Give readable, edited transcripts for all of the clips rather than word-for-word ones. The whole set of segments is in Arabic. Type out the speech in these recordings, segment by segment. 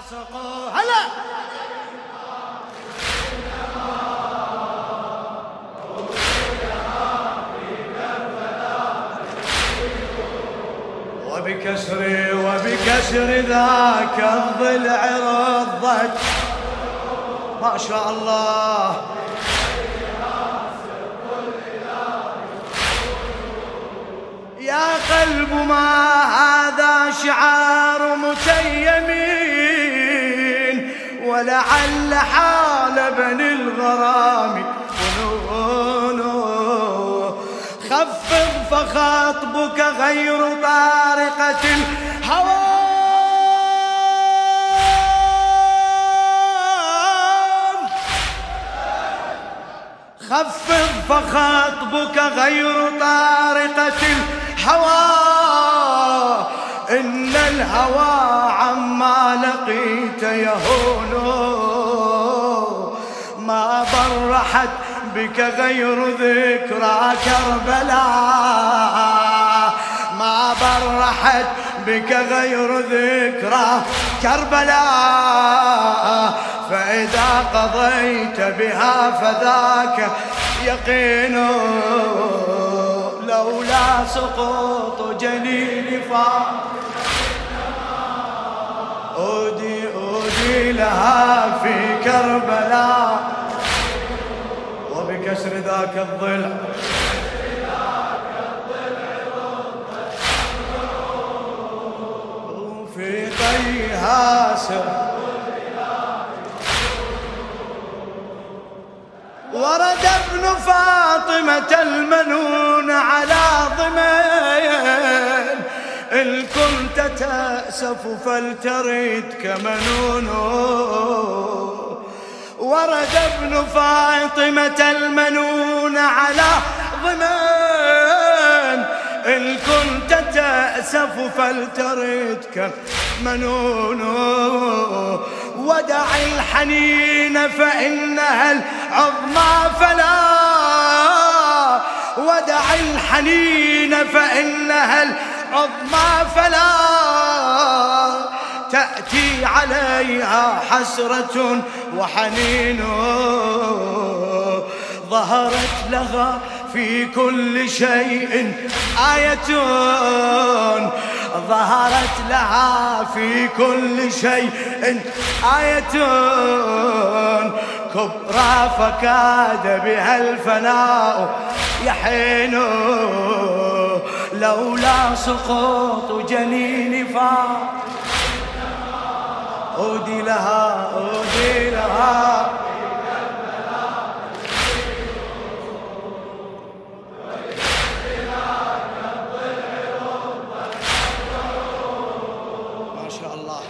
سقوا هلا وبكسر ذاك الضلع رضت ما شاء الله. يا قلب ما هذا شعار متيمين ولعل حال بني الغرام فنونه. خفض فخطبك غير طارقة الهوى خفض فخطبك غير طارقة الهوى. إن الهوى عما لقيت يهون ما برحت بك غير ذكرى كربلاء ما برحت بك غير ذكرى كربلاء. فإذا قضيت بها فذاك يقين لولا سقوط جليل أودي لها في كربلاء. وبكسر ذاك الضلع في طيها سر ورد ابن فاطمة المنون على ضمين. إن كنت تأسف فلتردك منون. ورد ابن فاطمة المنون على ضمين. إن كنت تأسف فلتردك منون. ودع الحنين فإنها العظمى فلا ودع الحنين فإنها العظمى فلا تأتي عليها حسرة وحنين. ظهرت لها في كل شيء آية ظهرت لها في كل شيء آية كبرى فكاد بها الفناء يحين. لولا سقوط جنين أودي لها ما شاء الله.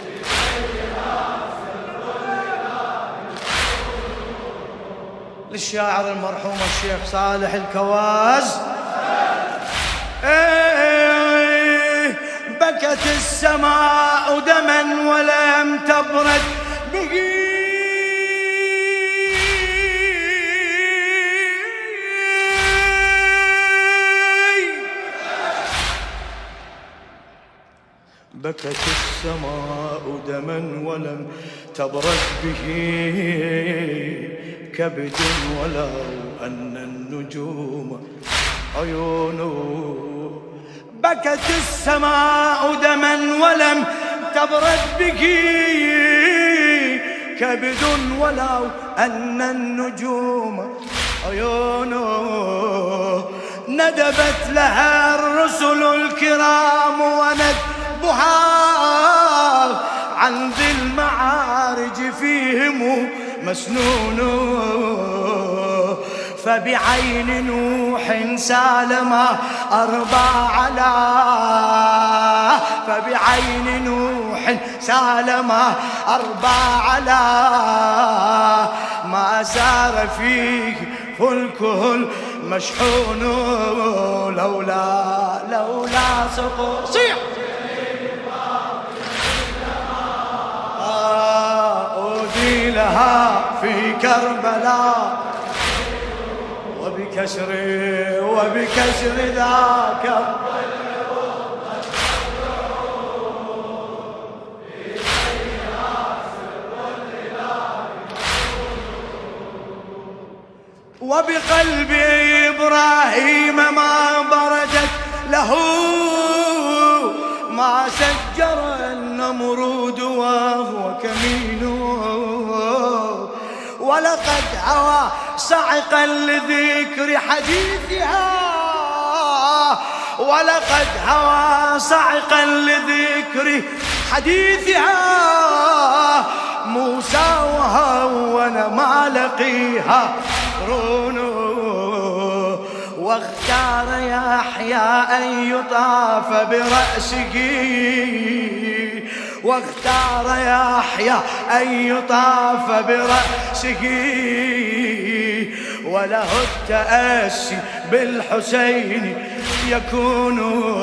للشاعر المرحوم الشيخ صالح الكواز. بكت السماء دما ولم تبرد به. بكت السماء دما ولم تبرد به كبد ولو أن النجوم عيونه. بكت السماء دما ولم تبرد به كبد ولو أن النجوم عيونه. ندبت لها الرسل الكرام وندبها عن ذي المعارج فيهم مسنون. فبعين نوح سالما فبعين نوح سالما أربع ما سار فيه فلكه المشحون. لولا سقوط أودي لها في كربلاء. وبكسر ذاك وبقلب إبراهيم ما بردت له ما سجر النمرود وهو كمين. ولقد هوى صعقا لذكر حديثها، ولقد هوى صعقا لذكر حديثها موسى وهون ما لقيها هارون. واختار يحيى أن يطاف برأسه، واختار يحيى أن يطاف برأسه وله التأسي بالحسين يكون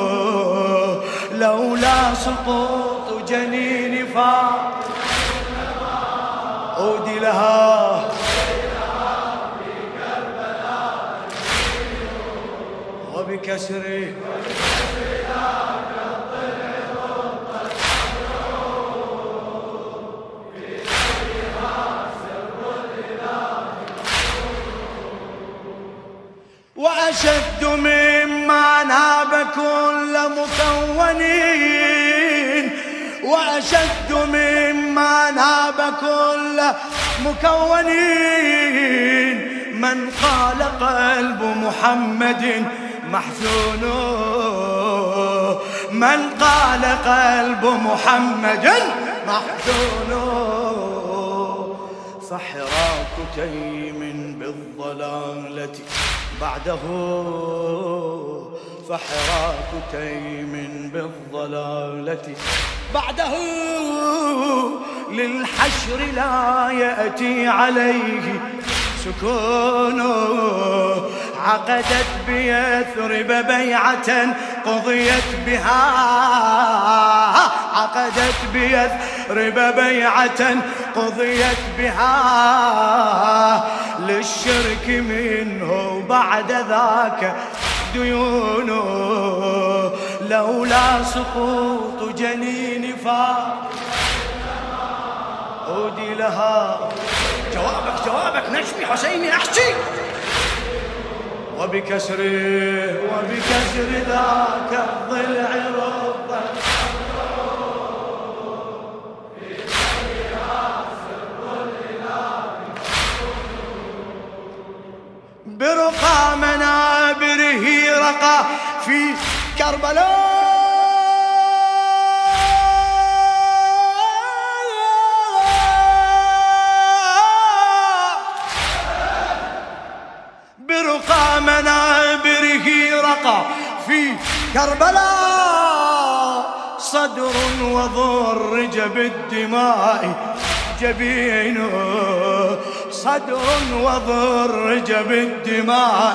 لولا سقوط جنين فاطمة أودي لها وبكسره وأشد مما ناب كل مكونين، وأشد مما ناب كل مكونين من قال قلب محمد محزون، من قال قلب محمد محزون. فحراك تيم بالضلالة بعده، فحراك تيم بالضلالة بعده للحشر لا يأتي عليه سكون. عقدت بيثرب بيعة قضيت بها، عقدت بيثرب بيعة قضيت بها للشرك منه بعد ذاك ديون. لولا سقوط جنين فاطمة أودي لها. جوابك جوابك نجمي حسيني أحكي. وبكسره وبكسر ذاك الضلع رضا برقى منابره رقى في كربلاء. برقى منابره رقى في كربلاء صدر وضرج بالدماء جبينه، صدر وضرج بالدماء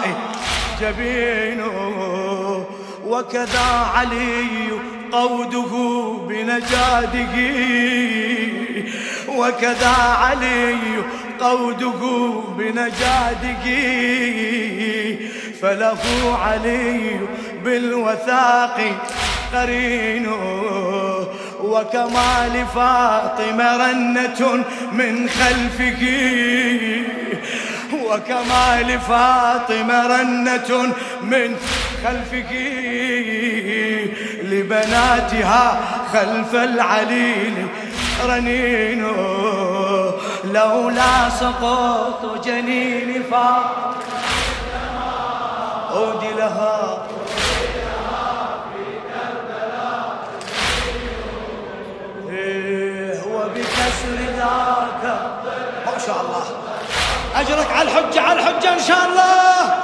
جبينه. وكذا علي قوده بنجاده، وكذا علي قوده بنجاده. فله علي بالوثاق قرين، وكما لفاطمة رنة من خلفه، وكما لفاطمة رنة من خلفه لبناتها خلف العليل رنين. لولا سقوط جنين فاطمة أودي لها وبكسر ذاك. ما شاء الله أجرك على الحجة على الحجة إن شاء الله.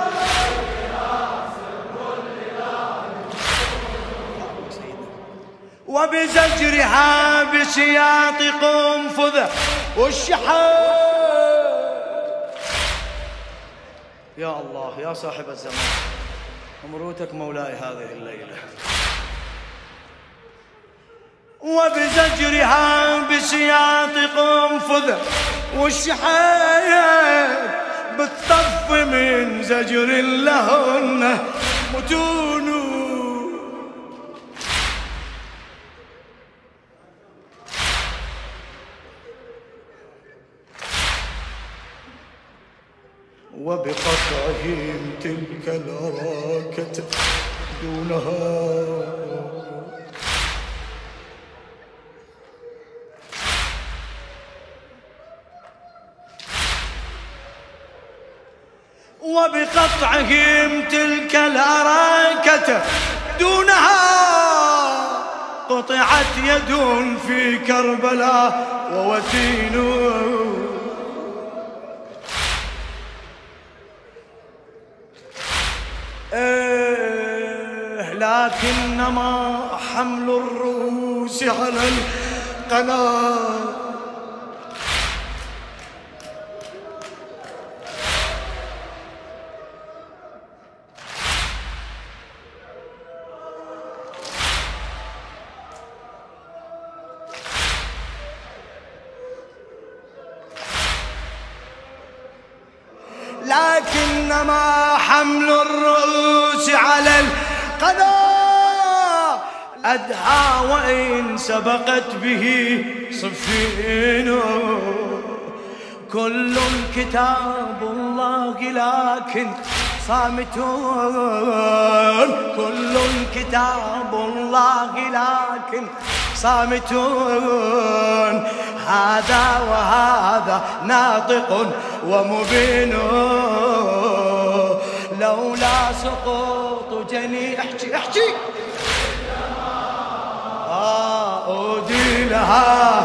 وبزجرها بسياط قنفذ والشحاب. يا الله يا صاحب الزمان أمروتك مولاي هذه الليلة. وبزجرها بسياط قنفذ والشحاب بالطف من زجر لهن متون. وبقطعهم تلك الأراكة دونها وبقطعهم تلك الأراكة دونها قطعت يد في كربلاء ووتين لكنما حمل الرؤوس على القناة لكنما حمل الرؤوس على القناة أدهى وإن سبقت به صفين كل كتاب الله لكن صامتون كل كتاب الله لكن صامتون هذا وهذا ناطق ومبين لولا سقوط جني احكي أودي لها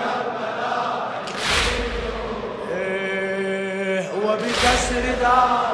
وبكسر ذا